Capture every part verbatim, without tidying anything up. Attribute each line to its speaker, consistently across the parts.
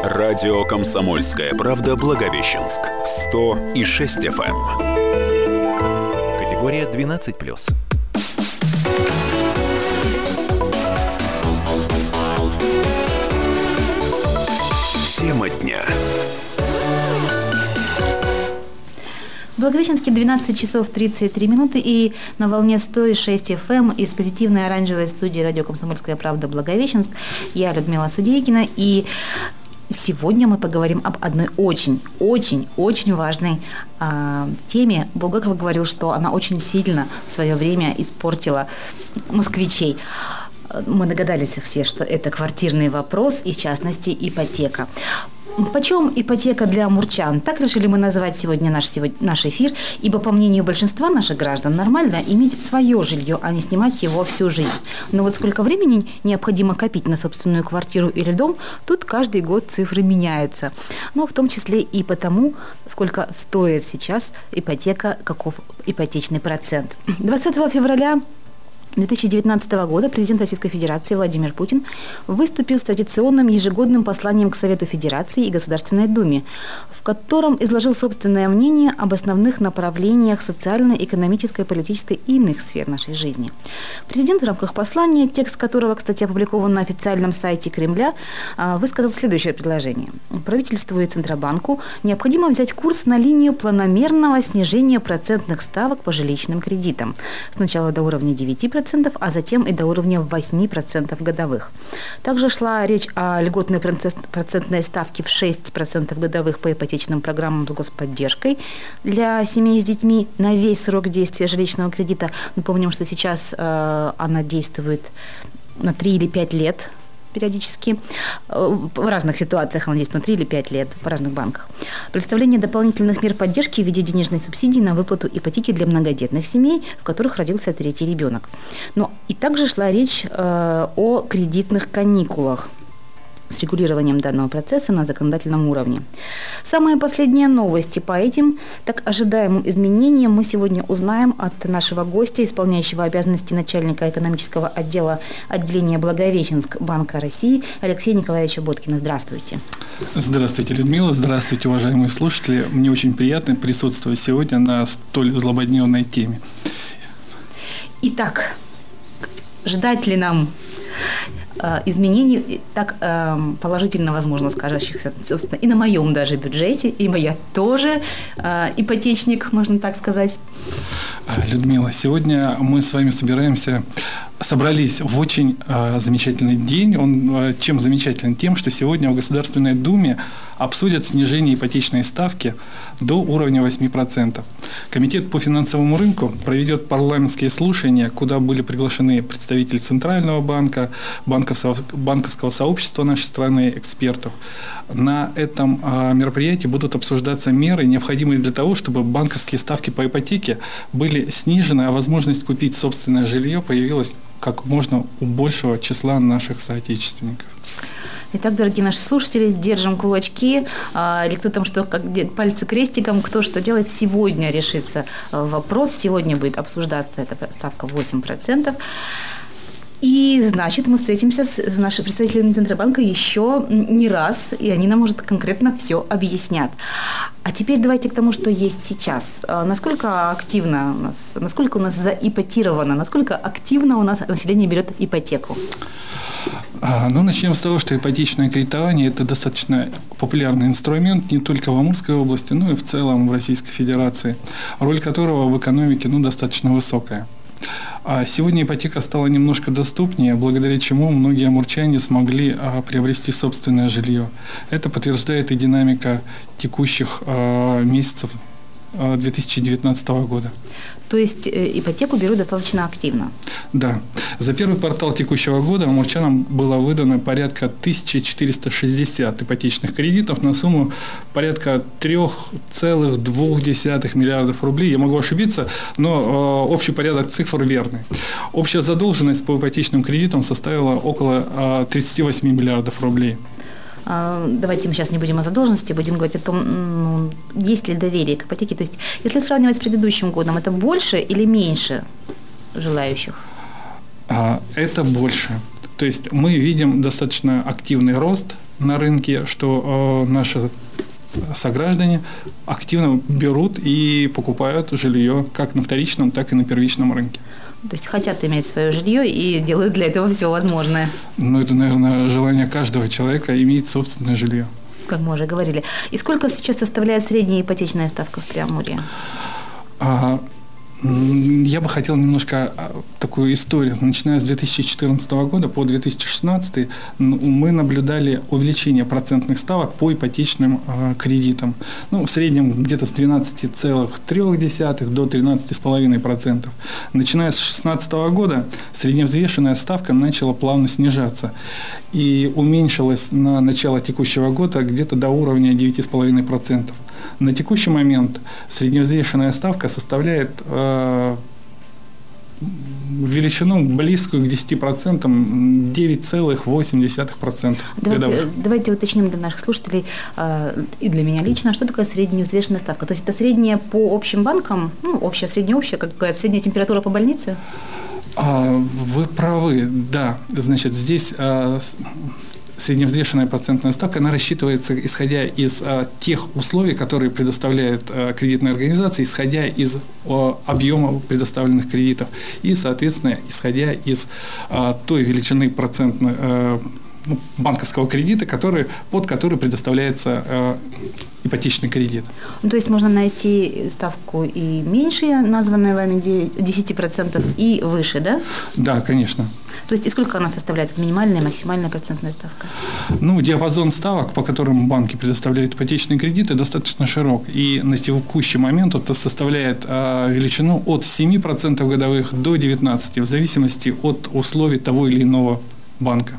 Speaker 1: Радио «Комсомольская правда» Благовещенск. сто и шесть эф эм.
Speaker 2: Категория двенадцать плюс.
Speaker 1: Тема дня.
Speaker 3: В Благовещенске двенадцать часов тридцать три минуты и на волне сто и шесть эф эм из позитивной оранжевой студии радио «Комсомольская правда» Благовещенск. Я Людмила Судейкина, и сегодня мы поговорим об одной очень-очень-очень важной а, теме. Булгаков говорил, что она очень сильно в свое время испортила москвичей. Мы догадались все, что это квартирный вопрос и, в частности, ипотека. Почем ипотека для амурчан? Так решили мы назвать сегодня наш, сегодня наш эфир, ибо, по мнению большинства наших граждан, нормально иметь свое жилье, а не снимать его всю жизнь. Но вот сколько времени необходимо копить на собственную квартиру или дом, тут каждый год цифры меняются. Но в том числе и потому, сколько стоит сейчас ипотека, каков ипотечный процент. двадцатого февраля две тысячи девятнадцатого года президент Российской Федерации Владимир Путин выступил с традиционным ежегодным посланием к Совету Федерации и Государственной Думе, в котором изложил собственное мнение об основных направлениях социальной, экономической, политической и иных сфер нашей жизни. Президент в рамках послания, текст которого, кстати, опубликован на официальном сайте Кремля, высказал следующее предложение. Правительству и Центробанку необходимо взять курс на линию планомерного снижения процентных ставок по жилищным кредитам. Сначала до уровня девяти процентов, а затем и до уровня восьми процентов годовых. Также шла речь о льготной процентной ставке в шесть процентов годовых по ипотечным программам с господдержкой для семей с детьми на весь срок действия жилищного кредита. Напомним, что сейчас э, она действует на три или пять лет. Периодически. В разных ситуациях она действует на три или пять лет в разных банках. Представление дополнительных мер поддержки в виде денежной субсидии на выплату ипотеки для многодетных семей, в которых родился третий ребенок. Но и также шла речь э, о кредитных каникулах с регулированием данного процесса на законодательном уровне. Самые последние новости по этим так ожидаемым изменениям мы сегодня узнаем от нашего гостя, исполняющего обязанности начальника экономического отдела отделения Благовещенск Банка России Алексея Николаевича Боткина. Здравствуйте.
Speaker 4: Здравствуйте, Людмила. Здравствуйте, уважаемые слушатели. Мне очень приятно присутствовать сегодня на столь злободневной теме.
Speaker 3: Итак, ждать ли нам изменений так э, положительно, возможно, скажущихся, собственно, и на моем даже бюджете, ибо я тоже э, ипотечник, можно так сказать.
Speaker 4: Людмила, сегодня мы с вами собираемся, собрались в очень э, замечательный день. Он э, чем замечателен? Тем, что сегодня в Государственной Думе обсудят снижение ипотечной ставки до уровня восьми процентов. Комитет по финансовому рынку проведет парламентские слушания, куда были приглашены представители Центрального банка, банковского, банковского сообщества нашей страны, экспертов. На этом э, мероприятии будут обсуждаться меры, необходимые для того, чтобы банковские ставки по ипотеке были снижены, а возможность купить собственное жилье появилась как можно у большего числа наших соотечественников.
Speaker 3: Итак, дорогие наши слушатели, держим кулачки, а, или кто там что, как, пальцы крестиком, кто что делает. Сегодня решится вопрос, сегодня будет обсуждаться эта ставка восемь процентов. И, значит, мы встретимся с нашими представителями Центробанка еще не раз, и они нам уже конкретно все объяснят. А теперь давайте к тому, что есть сейчас. Насколько активно у нас, насколько у нас заипотировано, насколько активно у нас население берет ипотеку?
Speaker 4: Ну, начнем с того, что ипотечное кредитование – это достаточно популярный инструмент не только в Амурской области, но и в целом в Российской Федерации, роль которого в экономике ну, достаточно высокая. А сегодня ипотека стала немножко доступнее, благодаря чему многие амурчане смогли а, приобрести собственное жилье. Это подтверждает и динамика текущих а, месяцев а, две тысячи девятнадцатого года.
Speaker 3: То есть ипотеку берут достаточно активно? Да.
Speaker 4: За первый квартал текущего года амурчанам было выдано порядка тысяча четыреста шестьдесят ипотечных кредитов на сумму порядка три целых две десятых миллиардов рублей. Я могу ошибиться, но э, общий порядок цифр верный. Общая задолженность по ипотечным кредитам составила около э, тридцать восемь миллиардов рублей.
Speaker 3: Давайте мы сейчас не будем о задолженности, будем говорить о том, ну, есть ли доверие к ипотеке. То есть, если сравнивать с предыдущим годом, это больше или меньше желающих?
Speaker 4: Это больше. То есть мы видим достаточно активный рост на рынке, что наши сограждане активно берут и покупают жилье как на вторичном, так и на первичном рынке.
Speaker 3: То есть хотят иметь свое жилье и делают для этого все возможное.
Speaker 4: Ну, это, наверное, желание каждого человека иметь собственное жилье.
Speaker 3: Как мы уже говорили. И сколько сейчас составляет средняя ипотечная ставка в Преамурье?
Speaker 4: А, я бы хотел немножко такую историю. Начиная с две тысячи четырнадцатого года по две тысячи шестнадцатый мы наблюдали увеличение процентных ставок по ипотечным а, кредитам. Ну, в среднем где-то с двенадцати целых трёх десятых до тринадцати целых пяти десятых процента. Начиная с две тысячи шестнадцатого года средневзвешенная ставка начала плавно снижаться и уменьшилась на начало текущего года где-то до уровня девяти целых пяти десятых процента. На текущий момент средневзвешенная ставка составляет э, величину близкую к десяти процентам, девять целых восемь десятых процента.
Speaker 3: Давайте, давайте уточним для наших слушателей э, и для меня лично, что такое средневзвешенная ставка. То есть это средняя по общим банкам, ну, общая, средняя, общая, как говорят, средняя температура по больнице?
Speaker 4: Вы правы, да. Значит, здесь а, средневзвешенная процентная ставка, она рассчитывается, исходя из а, тех условий, которые предоставляет а, кредитная организация, исходя из а, объема предоставленных кредитов и, соответственно, исходя из а, той величины процентной а, банковского кредита, который, под который предоставляется э, ипотечный кредит.
Speaker 3: Ну, то есть можно найти ставку и меньше, названная вами десять процентов, и выше, да?
Speaker 4: Да, конечно.
Speaker 3: То есть и сколько она составляет, минимальная и максимальная процентная ставка?
Speaker 4: Ну, диапазон ставок, по которым банки предоставляют ипотечные кредиты, достаточно широк. И на текущий момент это составляет э, величину от семи процентов годовых до девятнадцати процентов, в зависимости от условий того или иного банка.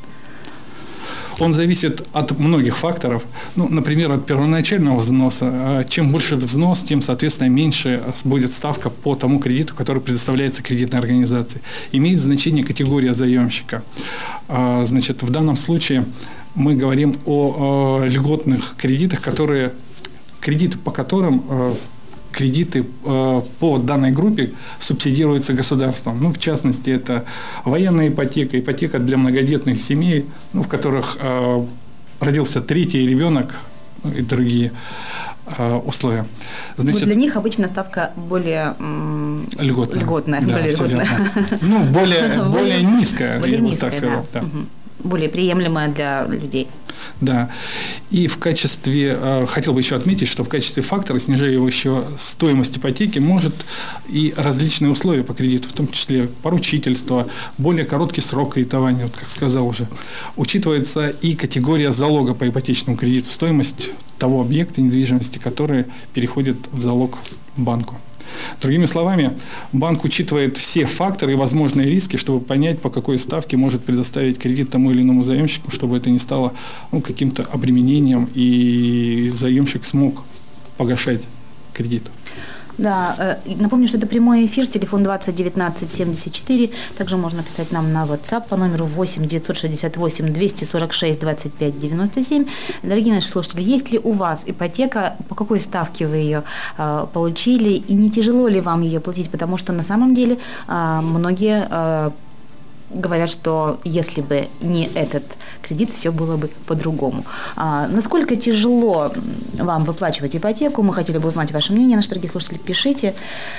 Speaker 4: Он зависит от многих факторов. Ну, например, от первоначального взноса. Чем больше взнос, тем, соответственно, меньше будет ставка по тому кредиту, который предоставляется кредитной организацией. Имеет значение категория заемщика. Значит, в данном случае мы говорим о льготных кредитах, которые, кредиты, по которым кредиты э, по данной группе субсидируются государством. Ну, в частности, это военная ипотека, ипотека для многодетных семей, ну, в которых э, родился третий ребенок, ну, и другие э, условия.
Speaker 3: Значит, для них обычно ставка более м-
Speaker 4: льготная.
Speaker 3: льготная,
Speaker 4: да,
Speaker 3: более, льготная.
Speaker 4: Ну, более, более низкая,
Speaker 3: более
Speaker 4: я бы
Speaker 3: низкая,
Speaker 4: так сказал.
Speaker 3: Да.
Speaker 4: Да.
Speaker 3: Угу. Более приемлемая для людей.
Speaker 4: Да. И в качестве, э, хотел бы еще отметить, что в качестве фактора, снижающего стоимость ипотеки, может и различные условия по кредиту, в том числе поручительство, более короткий срок кредитования, вот как сказал уже. Учитывается и категория залога по ипотечному кредиту, стоимость того объекта недвижимости, который переходит в залог банку. Другими словами, банк учитывает все факторы и возможные риски, чтобы понять, по какой ставке может предоставить кредит тому или иному заемщику, чтобы это не стало, ну, каким-то обременением, и заемщик смог погашать кредит.
Speaker 3: Да, напомню, что это прямой эфир, телефон двадцать девятнадцать семьдесят четыре. Также можно писать нам на WhatsApp по номеру восемь девятьсот шестьдесят восемь двести сорок шесть двадцать пять девяносто семь. Дорогие наши слушатели, есть ли у вас ипотека, по какой ставке вы ее э, получили, и не тяжело ли вам ее платить? Потому что на самом деле э, многие э, говорят, что если бы не этот кредит, все было бы по-другому. А, насколько тяжело вам выплачивать ипотеку? Мы хотели бы узнать ваше мнение. Наши дорогие слушатели, пишите.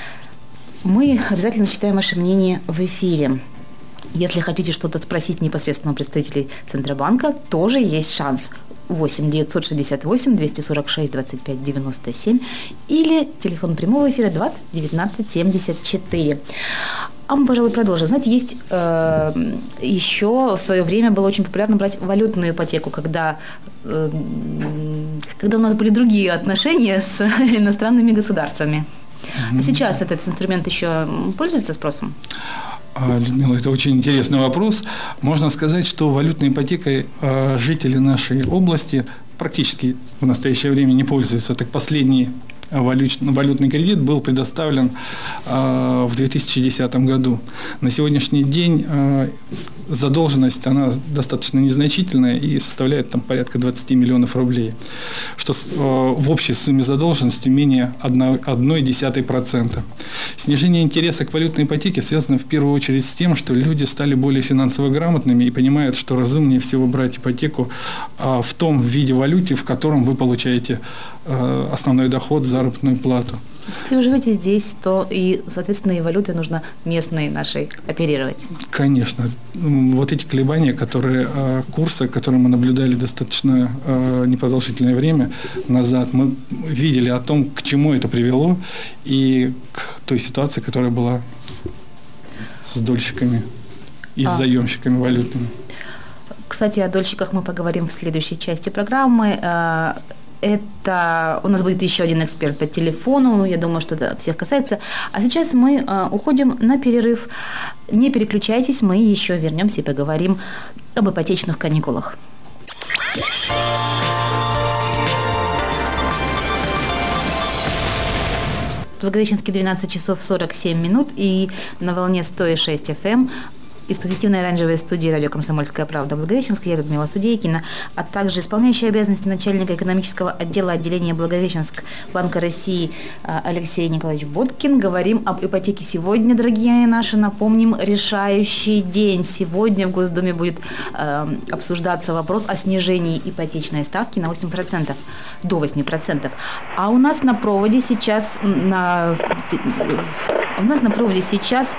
Speaker 3: Мы обязательно читаем ваше мнение в эфире. Если хотите что-то спросить непосредственно у представителей Центробанка, тоже есть шанс. восемь девятьсот шестьдесят восемь двести сорок шесть двадцать пять девяносто семь или телефон прямого эфира двадцать девятнадцать семьдесят четыре. А мы, пожалуй, продолжим. Знаете, есть э, еще в свое время было очень популярно брать валютную ипотеку, когда, э, когда у нас были другие отношения с иностранными государствами. Mm-hmm. А сейчас этот инструмент еще пользуется спросом?
Speaker 4: Людмила, это очень интересный вопрос. Можно сказать, что валютной ипотекой жители нашей области практически в настоящее время не пользуются. Так последний валютный кредит был предоставлен в две тысячи десятом году. На сегодняшний день задолженность, она достаточно незначительная и составляет там порядка двадцать миллионов рублей, что в общей сумме задолженности менее одна целая одна процента. Снижение интереса к валютной ипотеке связано в первую очередь с тем, что люди стали более финансово грамотными и понимают, что разумнее всего брать ипотеку в том виде валюты, в котором вы получаете основной доход, заработную плату.
Speaker 3: Если вы живете здесь, то и, соответственно, и валютой нужно местной нашей оперировать.
Speaker 4: Конечно. Вот эти колебания, которые, курсы, которые мы наблюдали достаточно непродолжительное время назад, мы видели о том, к чему это привело, и к той ситуации, которая была с дольщиками и а. с заемщиками валютными.
Speaker 3: Кстати, о дольщиках мы поговорим в следующей части программы. Это у нас будет еще один эксперт по телефону. Я думаю, что это всех касается. А сейчас мы а, уходим на перерыв. Не переключайтесь, мы еще вернемся и поговорим об ипотечных каникулах. В Благовещенске двенадцать часов сорок семь минут и на волне сто и шесть эф эм. Из позитивной оранжевой студии радио «Комсомольская правда» Благовещенск, я Людмила Судейкина, а также исполняющий обязанности начальника экономического отдела отделения Благовещенск Банка России Алексей Николаевич Боткин. Говорим об ипотеке сегодня, дорогие наши. Напомним, решающий день. Сегодня в Госдуме будет э, обсуждаться вопрос о снижении ипотечной ставки на восемь процентов, до восемь процентов. А у нас на проводе сейчас, на, у нас на проводе сейчас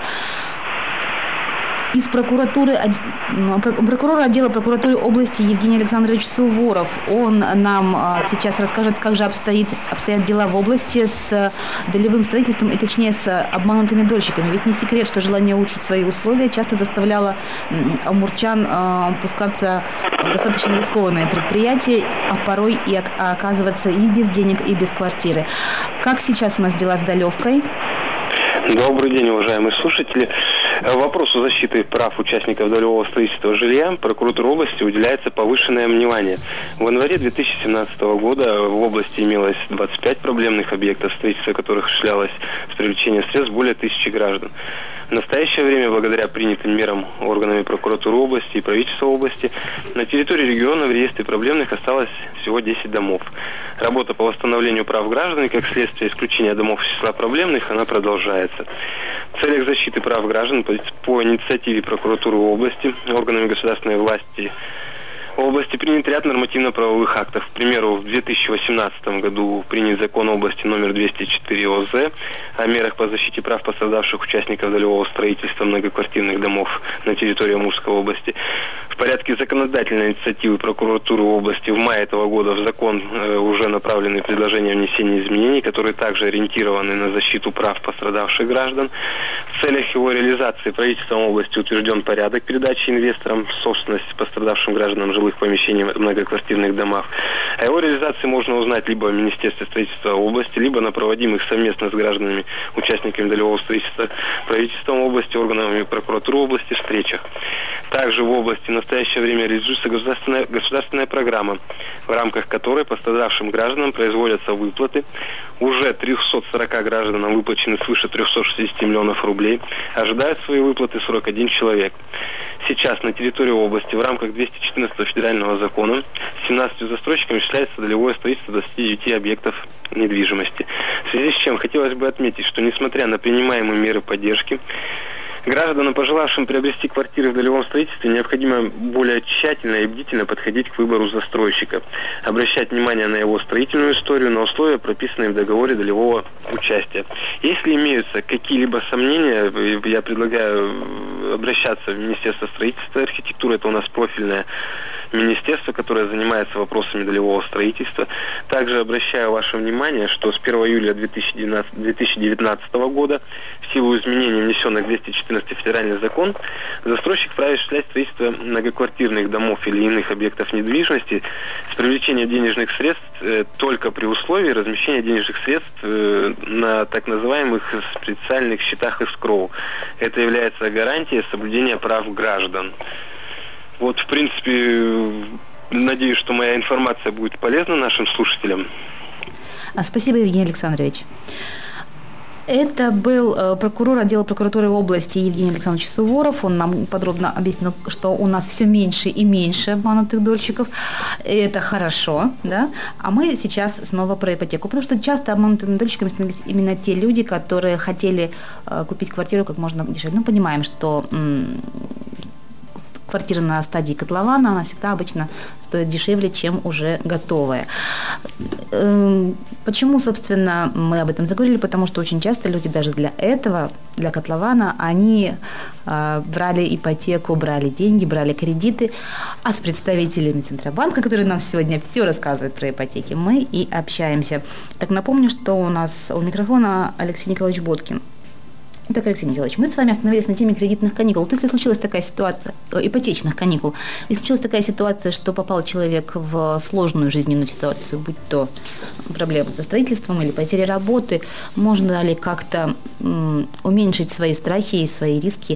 Speaker 3: из прокуратуры, прокурора отдела прокуратуры области Евгений Александрович Суворов. Он нам сейчас расскажет, как же обстоит, обстоят дела в области с долевым строительством и, точнее, с обманутыми дольщиками. Ведь не секрет, что желание улучшить свои условия часто заставляло амурчан пускаться в достаточно рискованное предприятие, а порой и оказываться и без денег, и без квартиры. Как сейчас у нас дела с долевкой?
Speaker 2: Добрый день, уважаемые слушатели. Вопросу защиты прав участников долевого строительства жилья прокуратура области уделяется повышенное внимание. В январе две тысячи семнадцатого года в области имелось двадцать пять проблемных объектов, строительство которых осуществлялось с привлечением средств более тысячи граждан. В настоящее время, благодаря принятым мерам органами прокуратуры области и правительства области, на территории региона в реестре проблемных осталось всего десять домов. Работа по восстановлению прав граждан, как следствие исключения домов из числа проблемных, она продолжается. В целях защиты прав граждан по инициативе прокуратуры области, органами государственной власти в области принят ряд нормативно-правовых актов. К примеру, в две тысячи восемнадцатом году принят закон области номер двести четыре О З о мерах по защите прав пострадавших участников долевого строительства многоквартирных домов на территории Амурской области. В порядке законодательной инициативы прокуратуры области в мае этого года в закон э, уже направлены предложения о внесении изменений, которые также ориентированы на защиту прав пострадавших граждан. В целях его реализации правительством области утвержден порядок передачи инвесторам собственности пострадавшим гражданам жилых помещений в многоквартирных домах. О его реализации можно узнать либо в Министерстве строительства области, либо на проводимых совместно с гражданами, участниками долевого строительства, правительством области, органами прокуратуры области встречах. Также в области в настоящее время реализуется государственная, государственная программа, в рамках которой пострадавшим гражданам производятся выплаты. Уже трёхсот сорока гражданам выплачены свыше трёхсот шестидесяти миллионов рублей. Ожидают свои выплаты сорок один человек. Сейчас на территории области в рамках двести четырнадцатого федерального закона семнадцатью застройщиками осуществляется долевое строительство двадцати девяти объектов недвижимости. В связи с чем хотелось бы отметить, что несмотря на принимаемые меры поддержки, гражданам, пожелавшим приобрести квартиры в долевом строительстве, необходимо более тщательно и бдительно подходить к выбору застройщика, обращать внимание на его строительную историю, на условия, прописанные в договоре долевого участия. Если имеются какие-либо сомнения, я предлагаю обращаться в Министерство строительства и архитектуры, это у нас профильное министерство, которое занимается вопросами долевого строительства. Также обращаю ваше внимание, что с первого июля две тысячи девятнадцатого года в силу изменений, внесенных в двести четырнадцатый федеральный закон, застройщик вправе осуществлять строительство многоквартирных домов или иных объектов недвижимости с привлечением денежных средств э, только при условии размещения денежных средств э, на так называемых специальных счетах эскроу. Это является гарантией соблюдения прав граждан. Вот, в принципе, надеюсь, что моя информация будет полезна нашим слушателям.
Speaker 3: Спасибо, Евгений Александрович. Это был прокурор отдела прокуратуры области Евгений Александрович Суворов. Он нам подробно объяснил, что у нас все меньше и меньше обманутых дольщиков. И это хорошо, да? А мы сейчас снова про ипотеку. Потому что часто обманутыми дольщиками становились именно те люди, которые хотели купить квартиру как можно дешевле. Ну, понимаем, что квартира на стадии котлована, она всегда обычно стоит дешевле, чем уже готовая. Почему, собственно, мы об этом заговорили? Потому что очень часто люди даже для этого, для котлована, они брали ипотеку, брали деньги, брали кредиты, а с представителями Центробанка, которые нам сегодня все рассказывают про ипотеки, мы и общаемся. Так напомню, что у нас у микрофона Алексей Николаевич Боткин. Так, Алексей Николаевич, мы с вами остановились на теме кредитных каникул. Вот если случилась такая ситуация, ипотечных каникул, если случилась такая ситуация, что попал человек в сложную жизненную ситуацию, будь то проблемы со строительством или потеря работы, можно ли как-то м, уменьшить свои страхи и свои риски?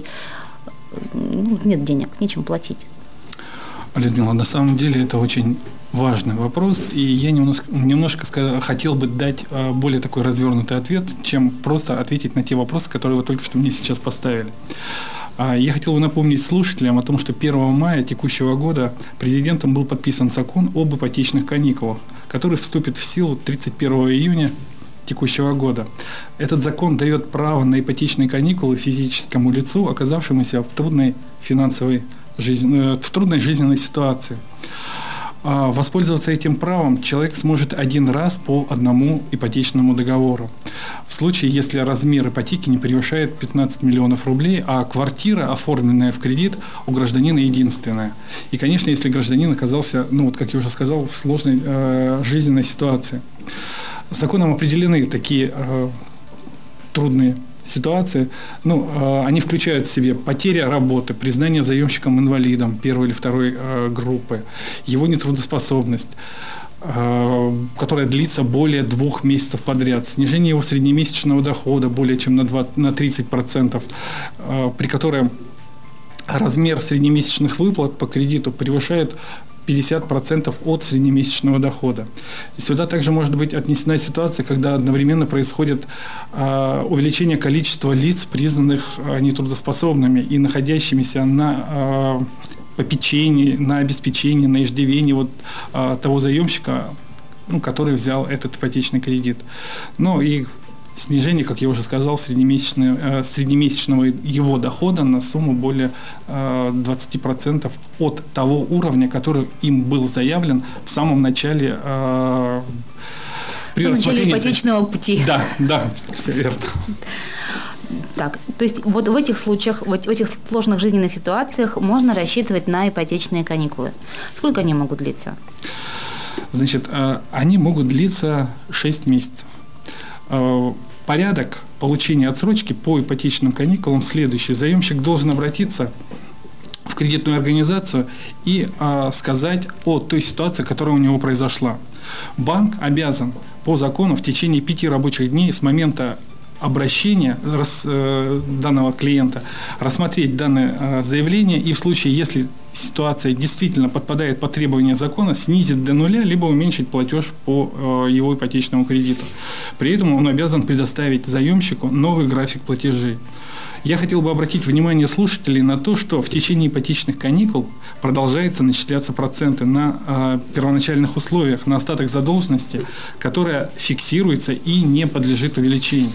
Speaker 3: Ну, нет денег, нечем платить.
Speaker 4: Людмила, на самом деле это очень важный вопрос, и я немножко, немножко хотел бы дать более такой развернутый ответ, чем просто ответить на те вопросы, которые вы только что мне сейчас поставили. Я хотел бы напомнить слушателям о том, что первого мая текущего года президентом был подписан закон об ипотечных каникулах, который вступит в силу тридцать первого июня текущего года. Этот закон дает право на ипотечные каникулы физическому лицу, оказавшемуся в трудной финансовой жизни, в трудной жизненной ситуации. Воспользоваться этим правом человек сможет один раз по одному ипотечному договору. В случае, если размер ипотеки не превышает пятнадцать миллионов рублей, а квартира, оформленная в кредит, у гражданина единственная. И, конечно, если гражданин оказался, ну вот как я уже сказал, в сложной э, жизненной ситуации. Законом определены такие э, трудные ситуации, ну, э, они включают в себе потеря работы, признание заемщиком инвалидом первой или второй э, группы, его нетрудоспособность, э, которая длится более двух месяцев подряд, снижение его среднемесячного дохода более чем на, двадцать, на тридцать процентов, э, при котором размер среднемесячных выплат по кредиту превышает пятьдесят процентов от среднемесячного дохода. И сюда также может быть отнесена ситуация, когда одновременно происходит э, увеличение количества лиц, признанных э, нетрудоспособными и находящимися на э, попечении, на обеспечении, на иждивении вот, э, того заемщика, ну, который взял этот ипотечный кредит. Ну и снижение, как я уже сказал, среднемесячного, среднемесячного его дохода на сумму более двадцать процентов от того уровня, который им был заявлен в самом начале
Speaker 3: при в начале ипотечного пути.
Speaker 4: Да, да, все верно.
Speaker 3: Так, то есть вот в этих случаях, вот в этих сложных жизненных ситуациях можно рассчитывать на ипотечные каникулы. Сколько они могут длиться?
Speaker 4: Значит, они могут длиться шесть месяцев. Порядок получения отсрочки по ипотечным каникулам следующий. Заемщик должен обратиться в кредитную организацию и а, сказать о той ситуации, которая у него произошла. Банк обязан по закону в течение пяти рабочих дней с момента обращения рас, э, данного клиента рассмотреть данное э, заявление и в случае, если ситуация действительно подпадает под требования закона, снизить до нуля, либо уменьшить платеж по э, его ипотечному кредиту. При этом он обязан предоставить заемщику новый график платежей. Я хотел бы обратить внимание слушателей на то, что в течение ипотечных каникул продолжается начисляться проценты на э, первоначальных условиях, на остаток задолженности, которая фиксируется и не подлежит увеличению.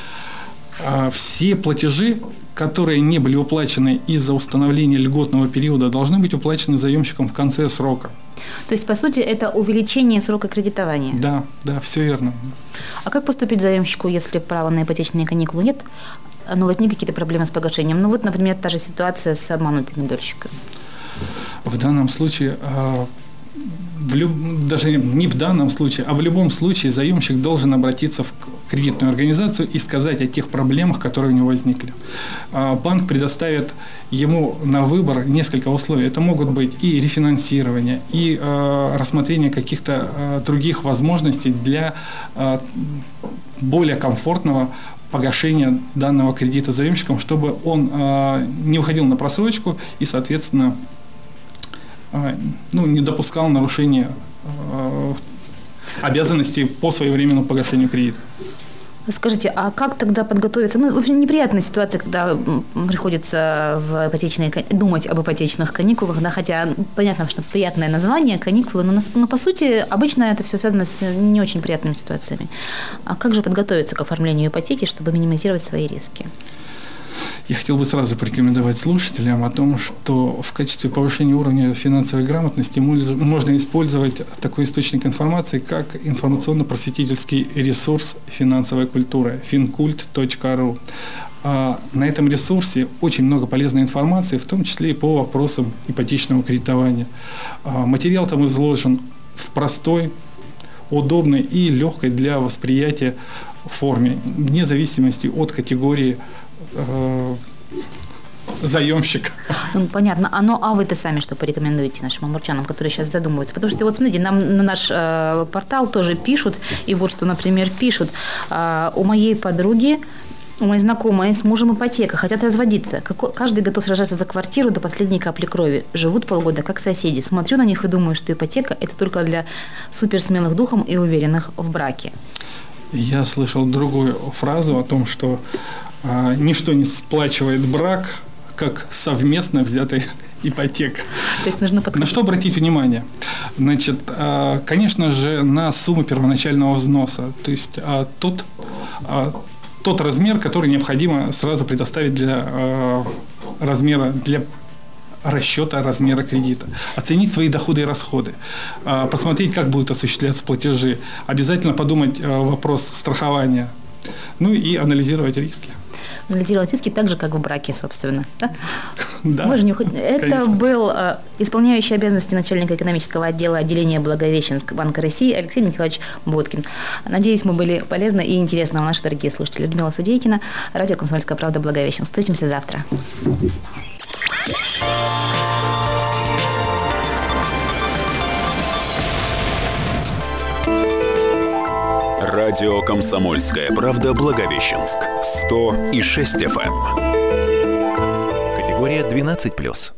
Speaker 4: Все платежи, которые не были уплачены из-за установления льготного периода, должны быть уплачены заемщиком в конце срока.
Speaker 3: То есть, по сути, это увеличение срока кредитования?
Speaker 4: Да, да, все верно.
Speaker 3: А как поступить заемщику, если права на ипотечные каникулы нет, но возникли какие-то проблемы с погашением? Ну вот, например, та же ситуация с обманутыми дольщиками.
Speaker 4: В данном случае... В люб... даже не в данном случае, а в любом случае заемщик должен обратиться в кредитную организацию и сказать о тех проблемах, которые у него возникли. Банк предоставит ему на выбор несколько условий. Это могут быть и рефинансирование, и э, рассмотрение каких-то э, других возможностей для э, более комфортного погашения данного кредита заемщиком, чтобы он э, не уходил на просрочку и, соответственно, ну, не допускал нарушения э, обязанностей по своевременному погашению кредита.
Speaker 3: Скажите, а как тогда подготовиться? Ну, в общем, неприятная ситуация, когда приходится в ипотечные, думать об ипотечных каникулах, да, хотя понятно, что приятное название, каникулы, но, но по сути обычно это все связано с не очень приятными ситуациями. А как же подготовиться к оформлению ипотеки, чтобы минимизировать свои риски?
Speaker 4: Я хотел бы сразу порекомендовать слушателям о том, что в качестве повышения уровня финансовой грамотности можно использовать такой источник информации, как информационно-просветительский ресурс финансовой культуры финкульт точка ру. На этом ресурсе очень много полезной информации, в том числе и по вопросам ипотечного кредитования. Материал там изложен в простой, удобной и легкой для восприятия форме, вне зависимости от категории заемщик.
Speaker 3: Ну, понятно. А, ну, а вы-то сами что порекомендуете нашим амурчанам, которые сейчас задумываются? Потому что, вот смотрите, нам на наш э, портал тоже пишут, и вот что, например, пишут. Э, у моей подруги, у моей знакомой с мужем ипотека, хотят разводиться. Какой, каждый готов сражаться за квартиру до последней капли крови. Живут полгода, как соседи. Смотрю на них и думаю, что ипотека – это только для суперсмелых духом и уверенных в браке.
Speaker 4: Я слышал другую фразу о том, что а, ничто не сплачивает брак, как совместно взятая ипотека.
Speaker 3: То есть нужно подходить.
Speaker 4: На что обратить внимание? Значит, а, конечно же, на сумму первоначального взноса. То есть а, тот, а, тот размер, который необходимо сразу предоставить для а, размера, для расчета размера кредита, оценить свои доходы и расходы, посмотреть, как будут осуществляться платежи, обязательно подумать вопрос страхования, ну и анализировать риски.
Speaker 3: Анализировать риски так же, как в браке, собственно. Да?
Speaker 4: Да.
Speaker 3: Мы же не уходим. Это
Speaker 4: Конечно.
Speaker 3: был э, исполняющий обязанности начальника экономического отдела отделения Благовещенск Банка России Алексей Николаевич Боткин. Надеюсь, мы были полезны и интересны вам, наши дорогие слушатели. Людмила Судейкина, радио «Комсомольская правда», Благовещенск. Встретимся завтра.
Speaker 1: Радио «Комсомольская правда», Благовещенск. сто и шесть эф эм. Категория двенадцать плюс.